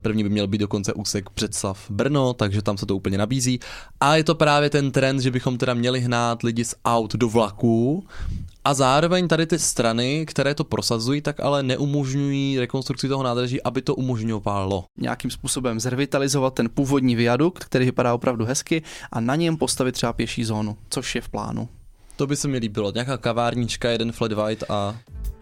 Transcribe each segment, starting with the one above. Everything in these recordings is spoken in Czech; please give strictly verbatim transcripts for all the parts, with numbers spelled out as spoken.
První by měl být dokonce úsek Břeclav Brno, takže tam se to úplně nabízí. A je to právě ten trend, že bychom teda měli hnát lidi z aut do vlaků. A zároveň tady ty strany, které to prosazují, tak ale neumožňují rekonstrukci toho nádraží, aby to umožňovalo. Nějakým způsobem zrevitalizovat ten původní viadukt, který vypadá opravdu hezky, a na něm postavit třeba pěší zónu, což je v plánu. To by se mi líbilo. Nějaká kavárnička, jeden flat white a...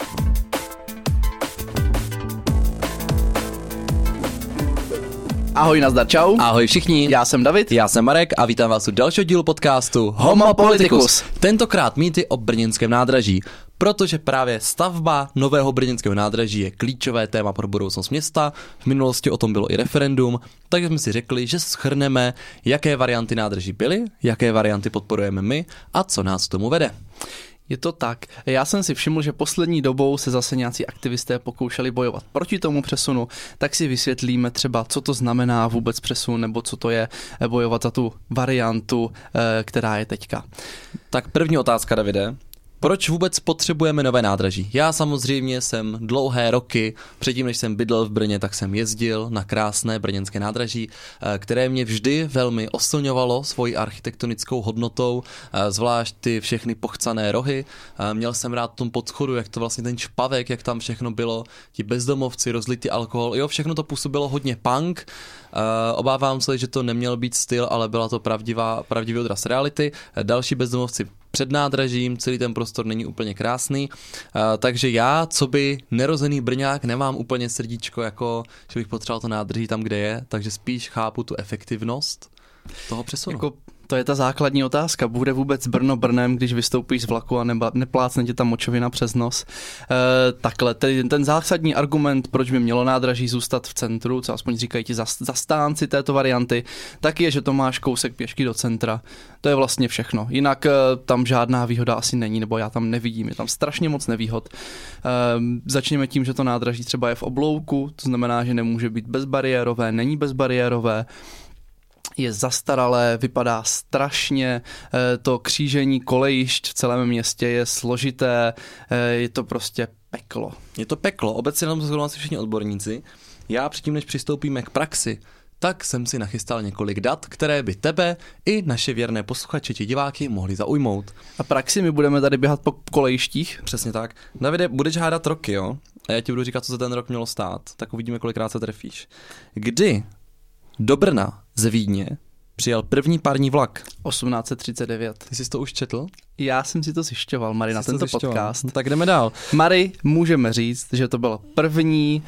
Ahoj, nazdar, čau. Ahoj všichni. Já jsem David. Já jsem Marek a vítám vás u dalšího dílu podcastu Homo Politicus. Tentokrát mýty o brněnském nádraží, protože právě stavba nového brněnského nádraží je klíčové téma pro budoucnost města. V minulosti o tom bylo i referendum, takže jsme si řekli, že shrneme, jaké varianty nádraží byly, jaké varianty podporujeme my a co nás k tomu vede. Je to tak. Já jsem si všiml, že poslední dobou se zase nějací aktivisté pokoušeli bojovat proti tomu přesunu, tak si vysvětlíme třeba, co to znamená vůbec přesun, nebo co to je bojovat za tu variantu, která je teďka. Tak první otázka, Davide. Proč vůbec potřebujeme nové nádraží? Já samozřejmě jsem dlouhé roky, předtím než jsem bydlel v Brně, tak jsem jezdil na krásné brněnské nádraží, které mě vždy velmi oslňovalo svojí architektonickou hodnotou, zvlášť ty všechny pochcané rohy. Měl jsem rád v tom podschodu, jak to vlastně ten špavek, jak tam všechno bylo, ti bezdomovci, rozlitý alkohol, jo, všechno to působilo hodně punk. Obávám se, že to neměl být styl, ale byla to pravdivá, pravdivý odraz reality. Další bezdomovci před nádražím, celý ten prostor není úplně krásný, uh, takže já, co by nerozený Brňák, nemám úplně srdíčko, jako že bych potřeboval to nádraží tam, kde je, takže spíš chápu tu efektivnost toho přesunu. Jako to je ta základní otázka. Bude vůbec Brno Brnem, když vystoupíš z vlaku a neba, neplácne tě tam močovina přes nos? E, takhle, tedy ten zásadní argument, proč by mělo nádraží zůstat v centru, co aspoň říkají ti zastánci této varianty, tak je, že to máš kousek pěšky do centra. To je vlastně všechno. Jinak e, tam žádná výhoda asi není, nebo já tam nevidím. Je tam strašně moc nevýhod. E, začněme tím, že to nádraží třeba je v oblouku, to znamená, že nemůže být bezbariérové, není bezbariérové. Je zastaralé, vypadá strašně, to křížení kolejišť v celém městě je složité, je to prostě peklo. Je to peklo, obecně nám to asi všichni odborníci. Já předtím, než přistoupíme k praxi, tak jsem si nachystal několik dat, které by tebe i naše věrné posluchače či diváky mohly zaujmout. A praxi my budeme tady běhat po kolejištích? Přesně tak. Davide, budeš hádat roky, jo? A já ti budu říkat, co se ten rok mělo stát, tak uvidíme, kolikrát se trefíš. Kdy do Brna ze Vídně přijel první pární vlak? osmnáct set třicet devět. Ty jsi to už četl? Já jsem si to zjišťoval, Mary, na tento zjišťoval. podcast. No, tak jdeme dál. Mary, můžeme říct, že to byla první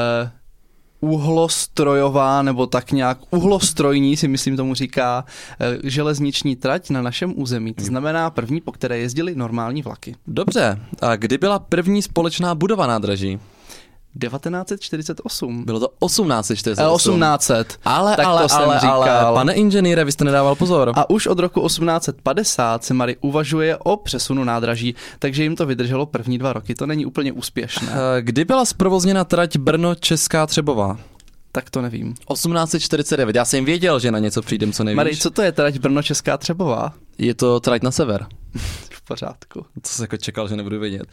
uh, uhlostrojová, nebo tak nějak uhlostrojní, si myslím tomu říká, uh, železniční trať na našem území. To znamená první, po které jezdily normální vlaky. Dobře. A kdy byla první společná budova nádraží? devatenáct set čtyřicet osm. Bylo to osmnáct set čtyřicet osm. osmnáct set. Ale, tak ale, to jsem ale, říkal. ale, pane inženýre, vy jste nedával pozor. A už od roku osmnáct set padesát se Mary uvažuje o přesunu nádraží, takže jim to vydrželo první dva roky. To není úplně úspěšné. Kdy byla zprovozněna trať Brno-Česká Třebová? Tak to nevím. osmnáct set čtyřicet devět. Já jsem věděl, že na něco přijdem, co nevíš. Mary, co to je trať Brno-Česká Třebová? Je to trať na sever. V pořádku. Co jsi jako čekal, že nebudu vědět.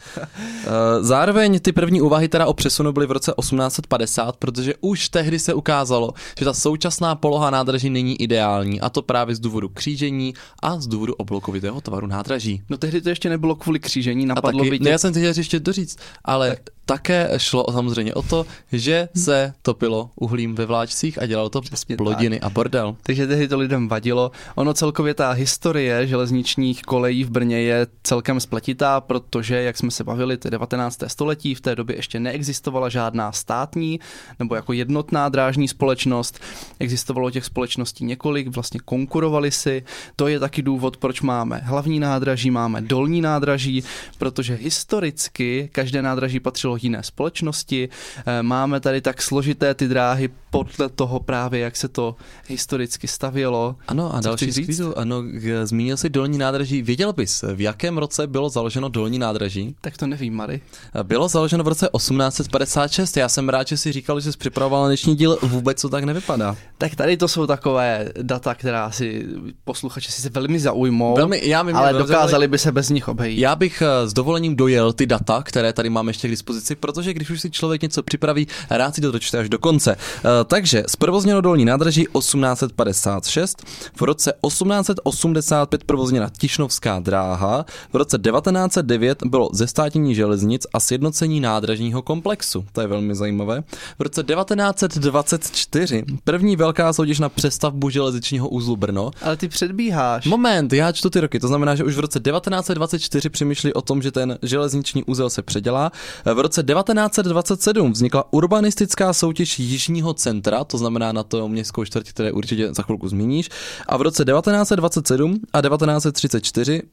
Zároveň ty první úvahy teda o přesunu byly v roce osmnáct set padesát, protože už tehdy se ukázalo, že ta současná poloha nádraží není ideální, a to právě z důvodu křížení a z důvodu obloukovitého tvaru nádraží. No tehdy to ještě nebylo kvůli křížení, napadlo taky, by tě... Ne, já jsem chtěl ještě doříct, ale tak. Také šlo samozřejmě o to, že se topilo uhlím ve vláčcích a dělalo to plodiny a bordel. Takže tehdy to lidem vadilo. Ono celkově ta historie železničních kolejí v Brně je celkem spletitá, protože, jak jsme se bavili, to je devatenácté století, v té době ještě neexistovala žádná státní nebo jako jednotná drážní společnost. Existovalo těch společností několik, vlastně konkurovali si. To je taky důvod, proč máme hlavní nádraží, máme dolní nádraží, protože historicky každé nádraží patřilo jiné společnosti. Máme tady tak složité ty dráhy podle toho právě, jak se to historicky stavělo. Ano, a co další skvízu, ano, zmínil jsi dolní nádraží. Věděl bys, v jakém roce bylo založeno dolní nádraží? Tak to nevím, Mary. Bylo založeno v roce osmnáct set padesát šest. Já jsem rád, že jsi říkal, že jsi připravoval dnešní díl, vůbec to tak nevypadá. Tak tady to jsou takové data, která si posluchači si se velmi zaujmou, velmi, já mi ale dokázali by se bez nich obejít. Já bych s dovolením dojel ty data, které tady máme ještě k dispozici, protože když už si člověk něco připraví, rád si to dočte až do konce. takže zprovozněno dolní nádraží osmnáct set padesát šest, v roce osmnáct set osmdesát pět provozněna Tišnovská dráha, v roce devatenáct set devět bylo zestátnění železnic a sjednocení nádražního komplexu. To je velmi zajímavé. V roce devatenáct set dvacet čtyři první velká soutěž na přestavbu železničního uzlu Brno. Ale ty předbíháš. Moment, já čtu ty roky, to znamená, že už v roce devatenáct set dvacet čtyři přemýšlí o tom, že ten železniční uzel se předělá. V roce devatenáct set dvacet sedm vznikla urbanistická soutěž Jižního centra, to znamená na to městskou čtvrť, které určitě za chvilku zmíníš. A v roce devatenáct set dvacet sedm a devatenáct set třicet čtyři,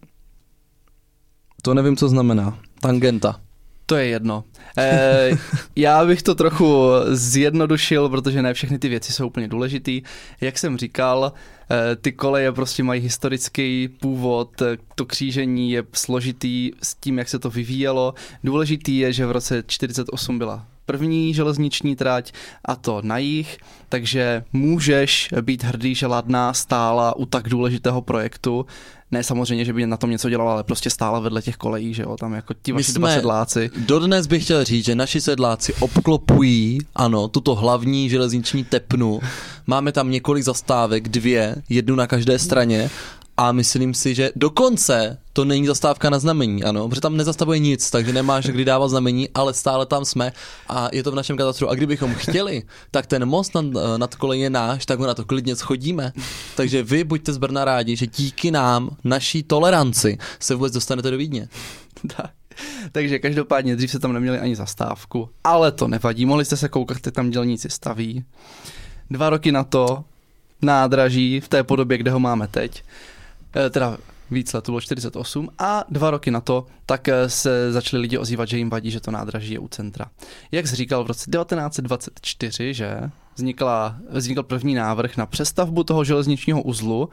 to nevím, co znamená, tangenta. To je jedno. E, já bych to trochu zjednodušil, protože ne všechny ty věci jsou úplně důležitý. Jak jsem říkal, e, ty koleje prostě mají historický původ, to křížení je složitý s tím, jak se to vyvíjelo. Důležitý je, že v roce čtyřicet osm byla první železniční trať a to na jih, takže můžeš být hrdý, že Ladná stála u tak důležitého projektu. Ne samozřejmě, že by na tom něco dělala, ale prostě stála vedle těch kolejí, že jo, tam jako ti vaši dva sedláci. Dodnes bych chtěl říct, že naši sedláci obklopují, ano, tuto hlavní železniční tepnu. Máme tam několik zastávek, dvě, jednu na každé straně. A myslím si, že dokonce to není zastávka na znamení, ano, protože tam nezastavuje nic, takže nemáš kdy dávat znamení, ale stále tam jsme a je to v našem katastru. A kdybychom chtěli, tak ten most nad, nad kolejí je náš, tak ho na to klidně schodíme. Takže vy buďte z Brna rádi, že díky nám, naší toleranci, se vůbec dostanete do Vídně. Tak. Takže každopádně dřív se tam neměli ani zastávku, ale to nevadí, mohli jste se koukat, jak tam dělníci staví. Dva roky na to nádraží v té podobě, kde ho máme teď, teda víc let, to bylo čtyřicet osm a dva roky na to, tak se začali lidi ozývat, že jim vadí, že to nádraží je u centra. Jak jsi říkal, v roce devatenáct set dvacet čtyři, že vznikla, vznikl první návrh na přestavbu toho železničního uzlu.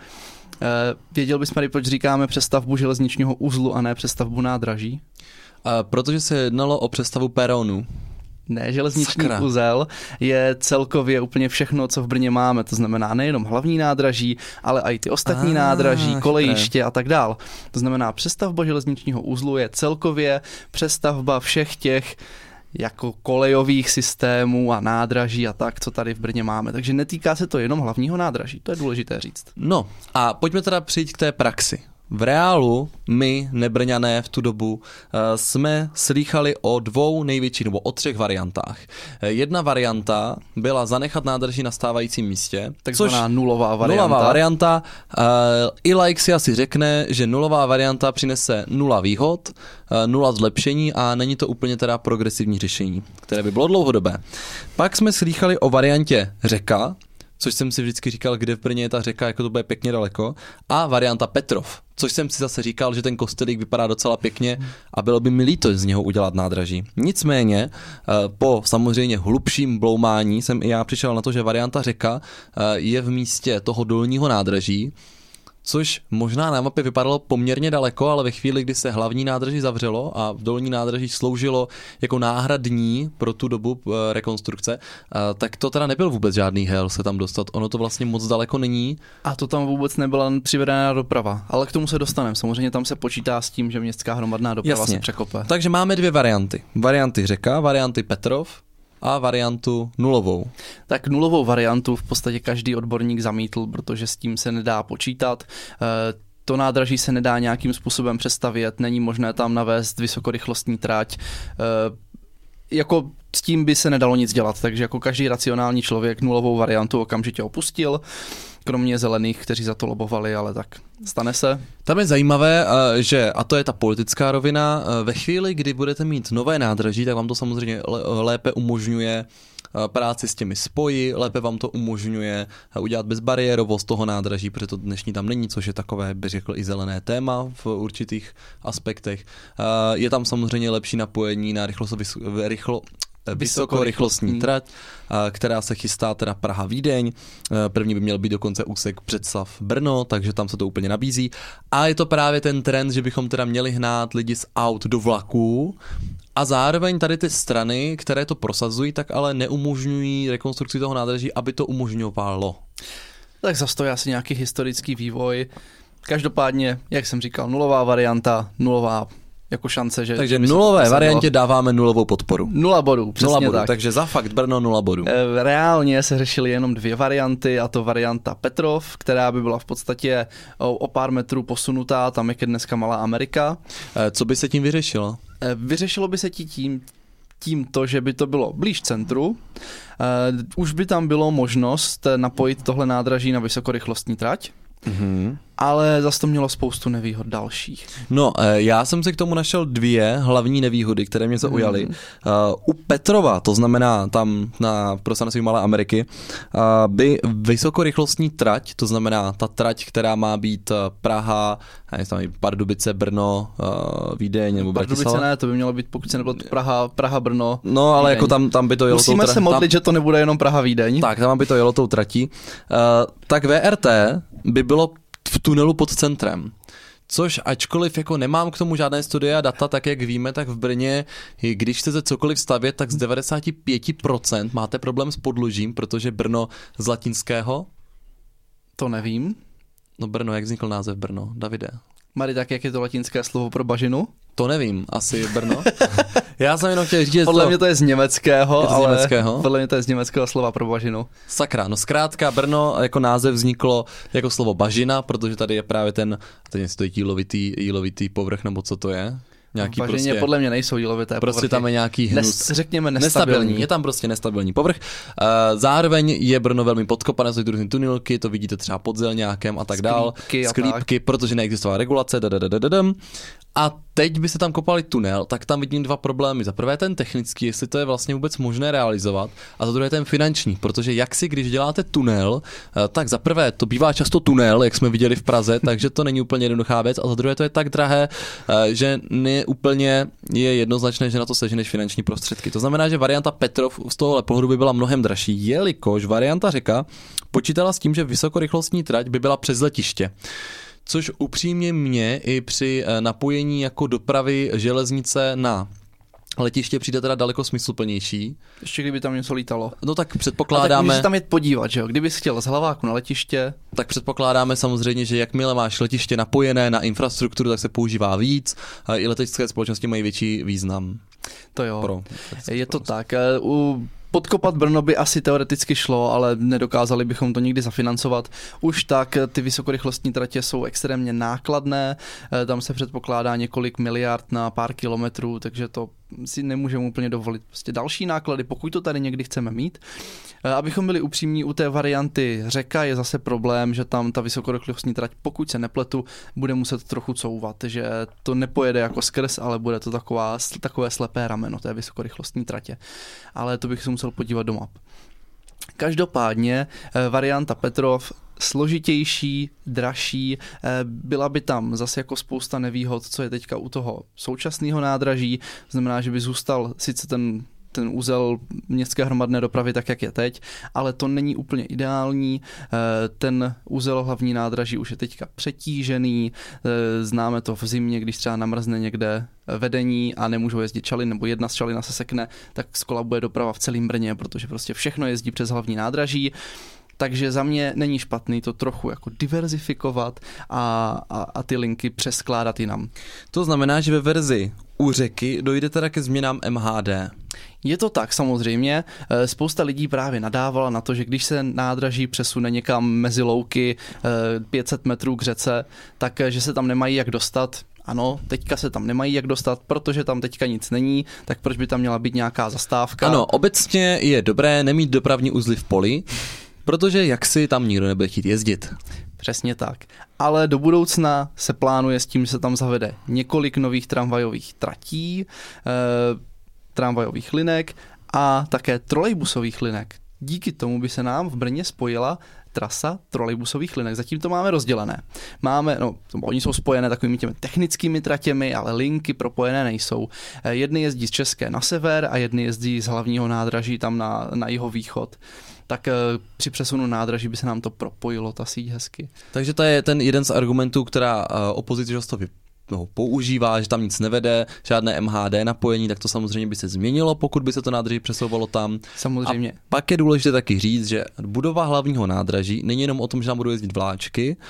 Věděl bys, Mary, proč říkáme přestavbu železničního uzlu a ne přestavbu nádraží? A protože se jednalo o přestavu peronu. Ne, železniční Sakra. uzel je celkově úplně všechno, co v Brně máme. To znamená nejenom hlavní nádraží, ale i ty ostatní ah, nádraží, kolejiště a tak dál. To znamená přestavba železničního uzlu je celkově přestavba všech těch jako kolejových systémů a nádraží a tak, co tady v Brně máme. Takže netýká se to jenom hlavního nádraží, to je důležité říct. No a pojďme teda přijít k té praxi. V reálu my, nebrňané v tu dobu, jsme slýchali o dvou největších, nebo o třech variantách. Jedna varianta byla zanechat nádraží na stávajícím místě. Takzvaná nulová varianta. Nulová varianta. I like si asi řekne, že nulová varianta přinese nula výhod, nula zlepšení a není to úplně teda progresivní řešení, které by bylo dlouhodobé. Pak jsme slýchali o variantě řeka, což jsem si vždycky říkal, kde v Brně je ta řeka, jako to bude pěkně daleko, a varianta Petrov, což jsem si zase říkal, že ten kostelík vypadá docela pěkně a bylo by mi líto z něho udělat nádraží. Nicméně, po samozřejmě hlubším bloumání jsem i já přišel na to, že varianta řeka je v místě toho dolního nádraží, což možná na mapě vypadalo poměrně daleko, ale ve chvíli, kdy se hlavní nádraží zavřelo a v dolní nádraží sloužilo jako náhradní pro tu dobu rekonstrukce, tak to teda nebyl vůbec žádný hel se tam dostat. Ono to vlastně moc daleko není. A to tam vůbec nebyla přivedená doprava, ale k tomu se dostaneme. Samozřejmě tam se počítá s tím, že městská hromadná doprava Jasně. se překope. Takže máme dvě varianty. Varianty řeka, varianty Petrov a variantu nulovou. Tak nulovou variantu v podstatě každý odborník zamítl, protože s tím se nedá počítat. To nádraží se nedá nějakým způsobem přestavět, není možné tam navést vysokorychlostní trať. Jako s tím by se nedalo nic dělat, takže jako každý racionální člověk nulovou variantu okamžitě opustil, kromě zelených, kteří za to lobovali, ale tak stane se. Tam je zajímavé, že, a to je ta politická rovina, ve chvíli, kdy budete mít nové nádraží, tak vám to samozřejmě lépe umožňuje práci s těmi spoji, lépe vám to umožňuje udělat bezbariérovost toho nádraží, protože to dnešní tam není, což je takové, bych řekl, i zelené téma v určitých aspektech. Je tam samozřejmě lepší napojení na rychlo, rychlo vysokorychlostní trať, která se chystá teda Praha-Vídeň. První by měl být dokonce úsek Břeclav-Brno, takže tam se to úplně nabízí. A je to právě ten trend, že bychom teda měli hnát lidi z aut do vlaků a zároveň tady ty strany, které to prosazují, tak ale neumožňují rekonstrukci toho nádraží, aby to umožňovalo. Tak zase to je asi nějaký historický vývoj. Každopádně, jak jsem říkal, nulová varianta, nulová jako šance, že... Takže že by se nulové to variantě dáváme nulovou podporu. Nula bodů, přesně Nula bodů, tak. takže za fakt Brno nula bodů. Reálně se řešily jenom dvě varianty, a to varianta Petrov, která by byla v podstatě o, o pár metrů posunutá, tam jak je dneska Malá Amerika. Co by se tím vyřešilo? Vyřešilo by se tím, tím to, že by to bylo blíž centru. Uh, už by tam bylo možnost napojit tohle nádraží na vysokorychlostní trať. Mm-hmm. Ale zase to mělo spoustu nevýhod dalších. No, já jsem si k tomu našel dvě hlavní nevýhody, které mě zaujaly. Mm. Uh, u Petrova, to znamená tam na prostranství Malé Ameriky, uh, by vysokorychlostní trať, to znamená ta trať, která má být Praha, nevím, Pardubice, Brno, uh, Vídeň nebo Bratislava. Pardubice ne, to by mělo být, pokud se nebylo Praha, Praha, Brno. No, ale Vídeň. Jako tam, tam by to jelo. Musíme tou tra- se modlit, tam... že to nebude jenom Praha, Vídeň. Tak, tam by to jelo tou tratí. Uh, tak V R T by bylo v tunelu pod centrem. Což ačkoliv jako nemám k tomu žádné studie a data, tak jak víme, tak v Brně, když chcete cokoliv stavět, tak z devadesát pět procent máte problém s podložím, protože Brno z latinského... To nevím. No Brno, jak vznikl název Brno, Davide? Mary, tak jak je to latinské slovo pro bažinu? To nevím, asi Brno. Já jsem jenom chtěl říct, podle to... mě to je z německého, je to z ale německého? podle mě to je z německého slova pro bažinu. Sakra, no zkrátka Brno jako název vzniklo jako slovo bažina, protože tady je právě ten, teď jestli to je jílovitý, jílovitý povrch, nebo co to je? Nějaký Bažině prostě, podle mě nejsou jílovité prostě povrchy. tam je nějaký hnus. Nes, řekněme nestabilní. nestabilní. Je tam prostě nestabilní povrch. Uh, zároveň je Brno velmi podkopané, jsou různé tunilky, to vidíte třeba pod Zelňákem a tak dál. Sklípky a Sklípky, tak. protože neexistovala regulace. Dadadadadadam. A teď by se tam kopali tunel, tak tam vidím dva problémy. Za prvé ten technický, jestli to je vlastně vůbec možné realizovat, a za druhé ten finanční, protože jak si, když děláte tunel, tak za prvé to bývá často tunel, jak jsme viděli v Praze, takže to není úplně jednoduchá věc, a za druhé to je tak drahé, že ne úplně je jednoznačné, že na to seženeš finanční prostředky. To znamená, že varianta Petrov z tohohle pohledu by byla mnohem dražší, jelikož varianta Řeka počítala s tím, že vysokorychlostní trať by byla přes letiště. Což upřímně mě i při napojení jako dopravy železnice na letiště přijde teda daleko smysluplnější. Ještě kdyby tam něco lítalo. No tak předpokládáme... A tak tam jet podívat, že jo? Kdyby jsi chtěl z Hlaváku na letiště... Tak předpokládáme samozřejmě, že jakmile máš letiště napojené na infrastrukturu, tak se používá víc a i letecké společnosti mají větší význam. To jo, pro je to tak. U... Podkopat Brno by asi teoreticky šlo, ale nedokázali bychom to nikdy zafinancovat. Už tak ty vysokorychlostní tratě jsou extrémně nákladné, tam se předpokládá několik miliard na pár kilometrů, takže to si nemůžeme úplně dovolit. Prostě další náklady, pokud to tady někdy chceme mít. Abychom byli upřímní, u té varianty Řeka je zase problém, že tam ta vysokorychlostní trať, pokud se nepletu, bude muset trochu couvat, že to nepojede jako skrz, ale bude to taková, takové slepé rameno té vysokorychlostní tratě. Ale to bych se musel podívat do map. Každopádně varianta Petrov složitější, dražší, byla by tam zase jako spousta nevýhod, co je teďka u toho současného nádraží, znamená, že by zůstal sice ten ten úzel městské hromadné dopravy tak, jak je teď, ale to není úplně ideální. Ten úzel hlavní nádraží už je teďka přetížený, známe to v zimě, když třeba namrzne někde vedení a nemůžou jezdit čalin, nebo jedna z čalina se sekne, tak skolabuje doprava v celém Brně, protože prostě všechno jezdí přes hlavní nádraží. Takže za mě není špatný to trochu jako diverzifikovat a, a, a ty linky přeskládat jinam. To znamená, že ve verzi u Řeky dojde teda ke změnám M H D. Je to tak, samozřejmě. Spousta lidí právě nadávala na to, že když se nádraží přesune někam mezi louky pět set metrů k řece, tak že se tam nemají jak dostat. Ano, teďka se tam nemají jak dostat, protože tam teďka nic není, tak proč by tam měla být nějaká zastávka? Ano, obecně je dobré nemít dopravní uzly v poli, protože jaksi tam nikdo nebude chtít jezdit. Přesně tak. Ale do budoucna se plánuje s tím, že se tam zavede několik nových tramvajových tratí, e, tramvajových linek a také trolejbusových linek. Díky tomu by se nám v Brně spojila trasa trolejbusových linek. Zatím to máme rozdělené. Máme, no, oni jsou spojené takovými těmi technickými tratěmi, ale linky propojené nejsou. Jedny jezdí z České na sever a jedny jezdí z hlavního nádraží tam na, na jihovýchod. Tak při přesunu nádraží by se nám to propojilo, ta síť hezky. Takže to je ten jeden z argumentů, která opozice často no, používá, že tam nic nevede, žádné M H D napojení, tak to samozřejmě by se změnilo, pokud by se to nádraží přesouvalo tam. Samozřejmě. A pak je důležité taky říct, že budova hlavního nádraží není jenom o tom, že tam budou jezdit vláčky,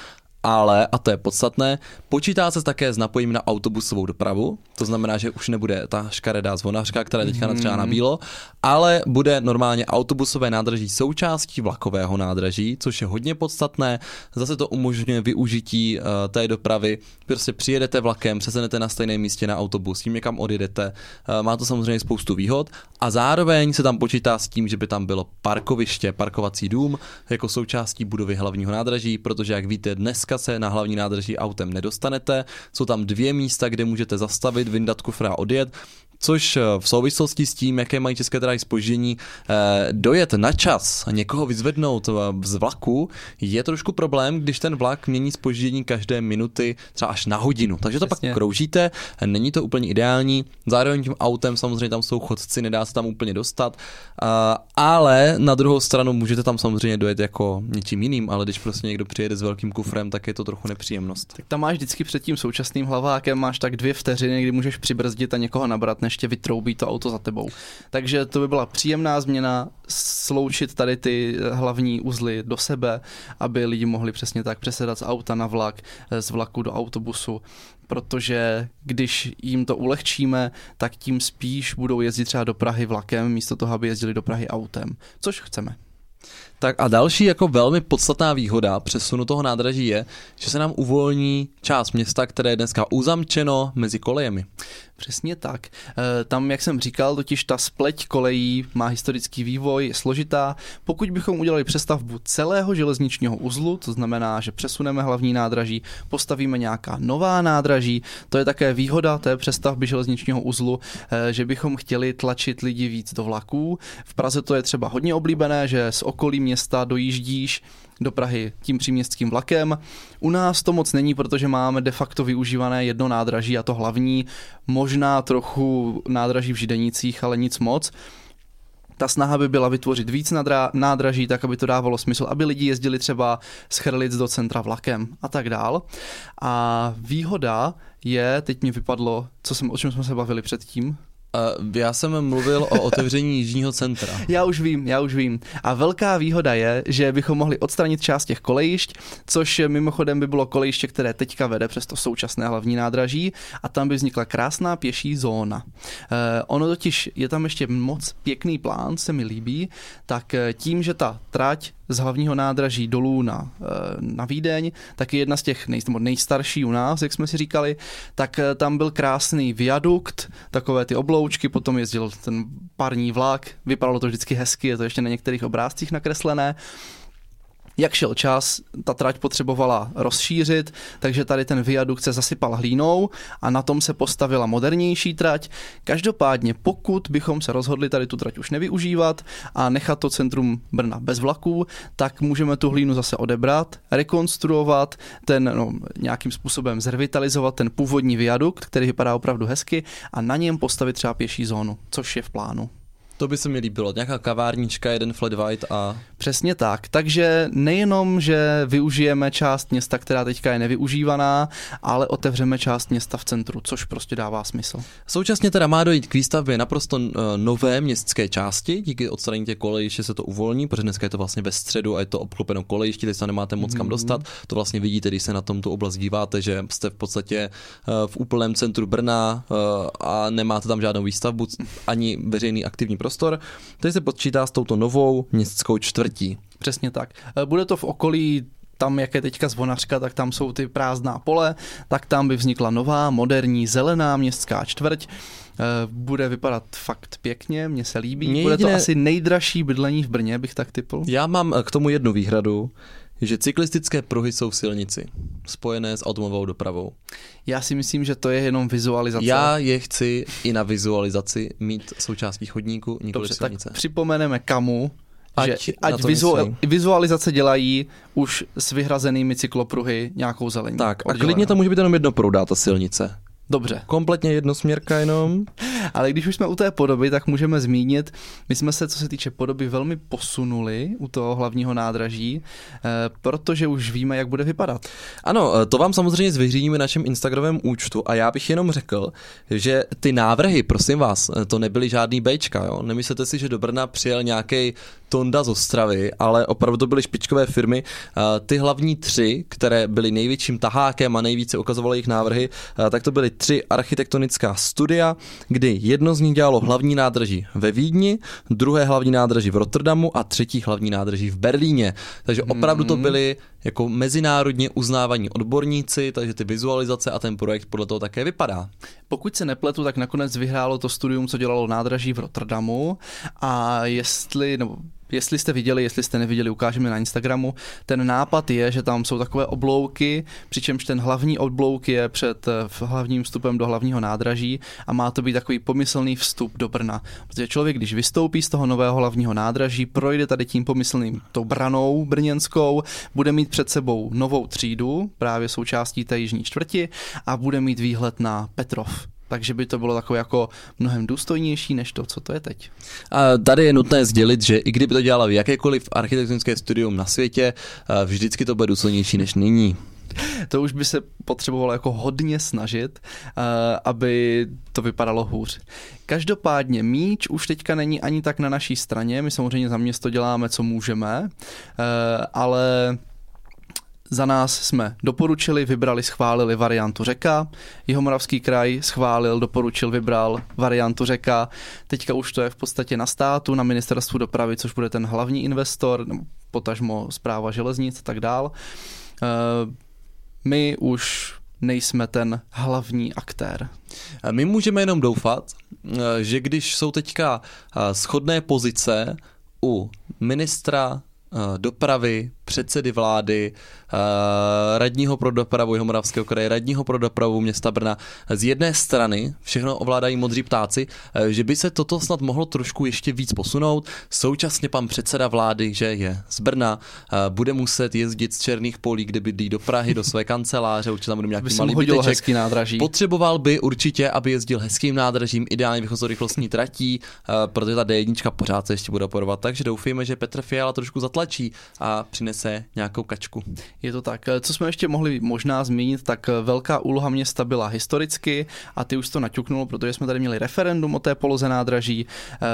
ale, a to je podstatné, počítá se také s napojením na autobusovou dopravu, to znamená, že už nebude ta škaredá zvonařka, která je teďka natřená na bílo, ale bude normálně autobusové nádraží součástí vlakového nádraží, což je hodně podstatné, zase to umožňuje využití uh, té dopravy, prostě přijedete vlakem, přesenete na stejném místě na autobus, tím někam odjedete, uh, má to samozřejmě spoustu výhod a zároveň se tam počítá s tím, že by tam bylo parkoviště, parkovací dům jako součástí budovy hlavního nádraží, protože jak víte, dneska se na hlavní nádraží autem nedostanete, jsou tam dvě místa, kde můžete zastavit, vyndat kufr a odjet, což v souvislosti s tím, jaké mají České dráhy zpoždění, eh, dojet na čas a někoho vyzvednout z vlaku je trošku problém, když ten vlak mění zpoždění každé minuty třeba až na hodinu. Takže to Přesně. pak kroužíte, není to úplně ideální. Zároveň tím autem samozřejmě tam jsou chodci, nedá se tam úplně dostat, eh, ale na druhou stranu můžete tam samozřejmě dojet jako něčím jiným, ale když prostě někdo přijede s velkým kufrem, tak je to trochu nepříjemnost. Tak tam máš vždycky před tím současným hlavákem, máš tak dvě vteřiny, kdy můžeš přibrzdit a někoho nabrat, než tě vytroubí to auto za tebou. Takže to by byla příjemná změna sloučit tady ty hlavní uzly do sebe, aby lidi mohli přesně tak přesedat z auta na vlak, z vlaku do autobusu, protože když jim to ulehčíme, tak tím spíš budou jezdit třeba do Prahy vlakem, místo toho, aby jezdili do Prahy autem, což chceme. Tak a další jako velmi podstatná výhoda přesunu toho nádraží je, že se nám uvolní část města, které je dneska uzamčeno mezi kolejemi. Přesně tak. Tam, jak jsem říkal, totiž ta spleť kolejí má historický vývoj, je složitá. Pokud bychom udělali přestavbu celého železničního uzlu, to znamená, že přesuneme hlavní nádraží, postavíme nějaká nová nádraží, to je také výhoda té přestavby železničního uzlu, že bychom chtěli tlačit lidi víc do vlaků. V Praze to je třeba hodně oblíbené, že z okolí města dojíždíš do Prahy tím příměstským vlakem. U nás to moc není, protože máme de facto využívané jedno nádraží a to hlavní, možná trochu nádraží v Židenicích, ale nic moc. Ta snaha by byla vytvořit víc nadra- nádraží, tak aby to dávalo smysl, aby lidi jezdili třeba z Chrlic do centra vlakem a tak dál. A výhoda je, teď mi vypadlo, co jsem, o čem jsme se bavili předtím. Uh, já jsem mluvil o otevření jižního centra. Já už vím, já už vím. A velká výhoda je, že bychom mohli odstranit část těch kolejišť, což mimochodem by bylo kolejiště, které teďka vede přes to současné hlavní nádraží a tam by vznikla krásná pěší zóna. Uh, ono totiž je tam ještě moc pěkný plán, se mi líbí, tak tím, že ta trať z hlavního nádraží dolů na, na Vídeň, tak je jedna z těch nej, nejstarší u nás, jak jsme si říkali, tak tam byl krásný viadukt, takové ty obloučky, potom jezdil ten parní vlak, vypadalo to vždycky hezky, je to ještě na některých obrázcích nakreslené. Jak šel čas, ta trať potřebovala rozšířit, takže tady ten viadukt se zasypal hlínou a na tom se postavila modernější trať. Každopádně, pokud bychom se rozhodli tady tu trať už nevyužívat a nechat to centrum Brna bez vlaků, tak můžeme tu hlínu zase odebrat, rekonstruovat, ten no, nějakým způsobem zrevitalizovat ten původní viadukt, který vypadá opravdu hezky a na něm postavit třeba pěší zónu, což je v plánu. To by se mi líbilo. Nějaká kavárnička, jeden flat white a... Přesně tak. Takže nejenom, že využijeme část města, která teďka je nevyužívaná, ale otevřeme část města v centru, což prostě dává smysl. Současně teda má dojít k výstavbě naprosto nové městské části. Díky odstranění těch kolejiště se to uvolní, protože dneska je to vlastně ve středu a je to obklopeno kolejišti, teď se nemáte moc kam dostat. To vlastně vidíte, když se na tom tu oblast díváte, že jste v podstatě v úplném centru Brna a nemáte tam žádnou výstavbu, ani veřejný aktivní prostor. Teď se počítá s touto novou městskou čtvrtí. Přesně tak. Bude to v okolí, tam jak je teďka Zvonařka, tak tam jsou ty prázdná pole, tak tam by vznikla nová, moderní, zelená městská čtvrť. Bude vypadat fakt pěkně, mně se líbí. Mě Bude jediné... to asi nejdražší bydlení v Brně, bych tak tipl. Já mám k tomu jednu výhradu, že cyklistické pruhy jsou v silnici, spojené s automobilovou dopravou. Já si myslím, že to je jenom vizualizace. Já je chci i na vizualizaci mít součástí chodníku, nikoli Dobře, silnice. Tak připomeneme kamu, ať, že ať vizu, vizualizace dělají už s vyhrazenými cyklopruhy nějakou zelení. Tak a klidně to může být jenom jedno pruh, ta silnice. Dobře. Kompletně jednosměrka jenom. Ale když už jsme u té podoby, tak můžeme zmínit, my jsme se, co se týče podoby, velmi posunuli u toho hlavního nádraží, protože už víme, jak bude vypadat. Ano, to vám samozřejmě zveřejníme na našem Instagramovém účtu a já bych jenom řekl, že ty návrhy, prosím vás, to nebyly žádný Bčka, jo? Nemyslete si, že do Brna přijel nějaký Tonda z Ostravy, ale opravdu to byly špičkové firmy. Ty hlavní tři, které byly největším tahákem a nejvíce ukazovaly jejich návrhy, tak to byly tři architektonická studia, kdy jedno z nich dělalo hlavní nádraží ve Vídni, druhé hlavní nádraží v Rotterdamu a třetí hlavní nádraží v Berlíně. Takže opravdu to byly jako mezinárodně uznávaní odborníci, takže ty vizualizace a ten projekt podle toho také vypadá. Pokud se nepletu, tak nakonec vyhrálo to studium, co dělalo nádraží v Rotterdamu a jestli, nebo jestli jste viděli, jestli jste neviděli, ukážeme na Instagramu. Ten nápad je, že tam jsou takové oblouky, přičemž ten hlavní oblouk je před hlavním vstupem do hlavního nádraží a má to být takový pomyslný vstup do Brna. Protože člověk, když vystoupí z toho nového hlavního nádraží, projde tady tím pomyslným tou branou brněnskou, bude mít před sebou novou třídu, právě součástí té jižní čtvrti a bude mít výhled na Petrov. Takže by to bylo takové jako mnohem důstojnější než to, co to je teď. A tady je nutné sdělit, že i kdyby to dělala jakékoliv architektonické studium na světě, vždycky to bude důstojnější než nyní. To už by se potřebovalo jako hodně snažit, aby to vypadalo hůř. Každopádně míč už teďka není ani tak na naší straně, my samozřejmě za město děláme, co můžeme, ale za nás jsme doporučili, vybrali, schválili variantu Řeka, Jihomoravský kraj schválil, doporučil, vybral variantu Řeka, teďka už to je v podstatě na státu, na ministerstvu dopravy, což bude ten hlavní investor, potažmo správa železnic a tak dál. My už nejsme ten hlavní aktér. My můžeme jenom doufat, že když jsou teďka shodné pozice u ministra dopravy, předsedy vlády, radního pro dopravu Jihomoravského kraje, radního pro dopravu města Brna. Z jedné strany všechno ovládají modří ptáci, že by se toto snad mohlo trošku ještě víc posunout. Současně pan předseda vlády, že je z Brna, bude muset jezdit z Černých polí, kde bydlí, do Prahy, do své kanceláře, určitě tam bude nějaký malý byteček. Potřeboval by určitě, aby jezdil hezkým nádražím, ideálně vysokorychlostní tratí, protože ta dé jedna pořád se ještě bude oporovat. Takže doufejme, že Petr Fiala trošku zatlačí a přinese nějakou kačku. Je to tak. Co jsme ještě mohli možná zmínit, tak velká úloha města byla historicky a ty už to naťuknulo, protože jsme tady měli referendum o té poloze nádraží,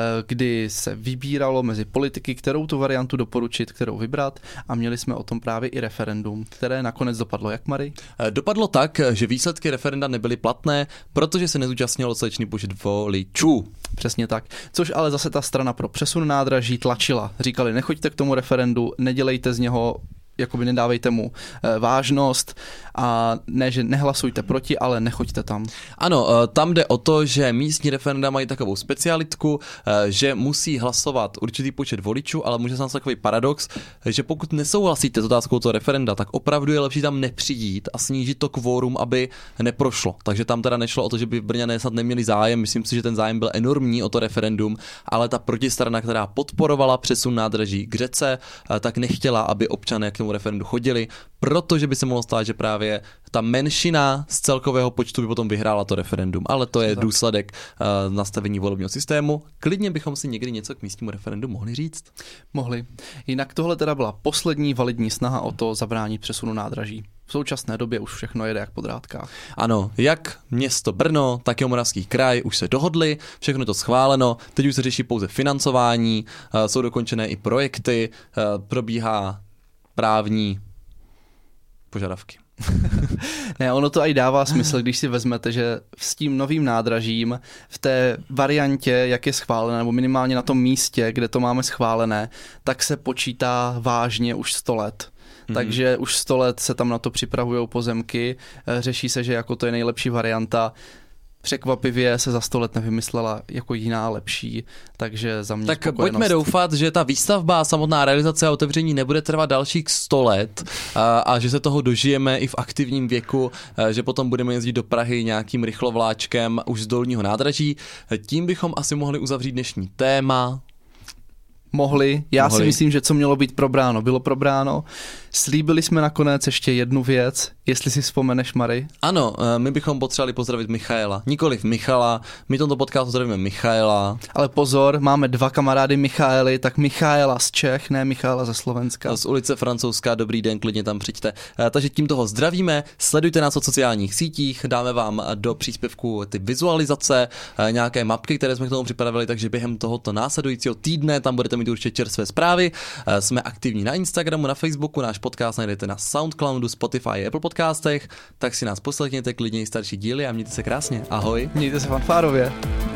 kdy se vybíralo mezi politiky, kterou tu variantu doporučit, kterou vybrat a měli jsme o tom právě i referendum, které nakonec dopadlo jak, Mary? Dopadlo tak, že výsledky referenda nebyly platné, protože se nezúčastnilo dostatečný počet voličů. Přesně tak. Což ale zase ta strana pro přesun nádraží tlačila. Říkali, nechoďte k tomu referendu, nedělejte z něho, jakoby nedávejte mu e, vážnost a ne, že nehlasujte proti, ale nechoďte tam. Ano, tam jde o to, že místní referenda mají takovou specialitku, že musí hlasovat určitý počet voličů, ale může se stát takový paradox, že pokud nesouhlasíte s otázkou toho referenda, tak opravdu je lepší tam nepřijít a snížit to kvórum, aby neprošlo. Takže tam teda nešlo o to, že by Brňané snad neměli zájem, myslím si, že ten zájem byl enormní o to referendum, ale ta protistrana, která podporovala přesun nádraží k řece, tak nechtěla, aby občané k tomu referendu chodili, protože by se mohlo stát, že právě ta menšina z celkového počtu by potom vyhrála to referendum, ale to je důsledek uh, nastavení volebního systému. Klidně bychom si někdy něco k místnímu referendu mohli říct. Mohli. Jinak tohle teda byla poslední validní snaha o to zabránit přesunu nádraží. V současné době už všechno jede jak po drátkách. Ano, jak město Brno, tak Jihomoravský kraj už se dohodli, všechno je to schváleno, teď už se řeší pouze financování, uh, jsou dokončené i projekty, uh, probíhá právní požadavky. Ne, ono to i dává smysl, když si vezmete, že s tím novým nádražím v té variantě, jak je schválené, nebo minimálně na tom místě, kde to máme schválené, tak se počítá vážně už sto let. Mm-hmm. Takže už sto let se tam na to připravují pozemky, řeší se, že jako to je nejlepší varianta. Překvapivě se za sto let nevymyslela jako jiná lepší, takže za mě tak spokojenost. Pojďme doufat, že ta výstavba a samotná realizace a otevření nebude trvat dalších sto let a, a že se toho dožijeme i v aktivním věku, a, že potom budeme jezdit do Prahy nějakým rychlovláčkem už z dolního nádraží. Tím bychom asi mohli uzavřít dnešní téma. Mohli. Já Mohli. si myslím, že co mělo být probráno, bylo probráno. Slíbili jsme nakonec ještě jednu věc, jestli si vzpomeneš, Mary. Ano, my bychom potřebovali pozdravit Michaela. Nikoliv Michala, my tomto podcastu zdravíme Michaela. Ale pozor, máme dva kamarády Michaely, tak Michaela z Čech, ne Michaela ze Slovenska. Z ulice Francouzská, dobrý den, klidně tam přijďte. Takže tím toho zdravíme, sledujte nás na sociálních sítích, dáme vám do příspěvku ty vizualizace, nějaké mapky, které jsme k tomu připravili, takže během tohoto následujícího týdne tam budete mít určitě čerstvé zprávy. Jsme aktivní na Instagramu, na Facebooku, náš podcast najdete na Soundcloudu, Spotify a Apple podcastech, tak si nás poslechněte klidně i starší díly a mějte se krásně. Ahoj. Mějte se fanfárově.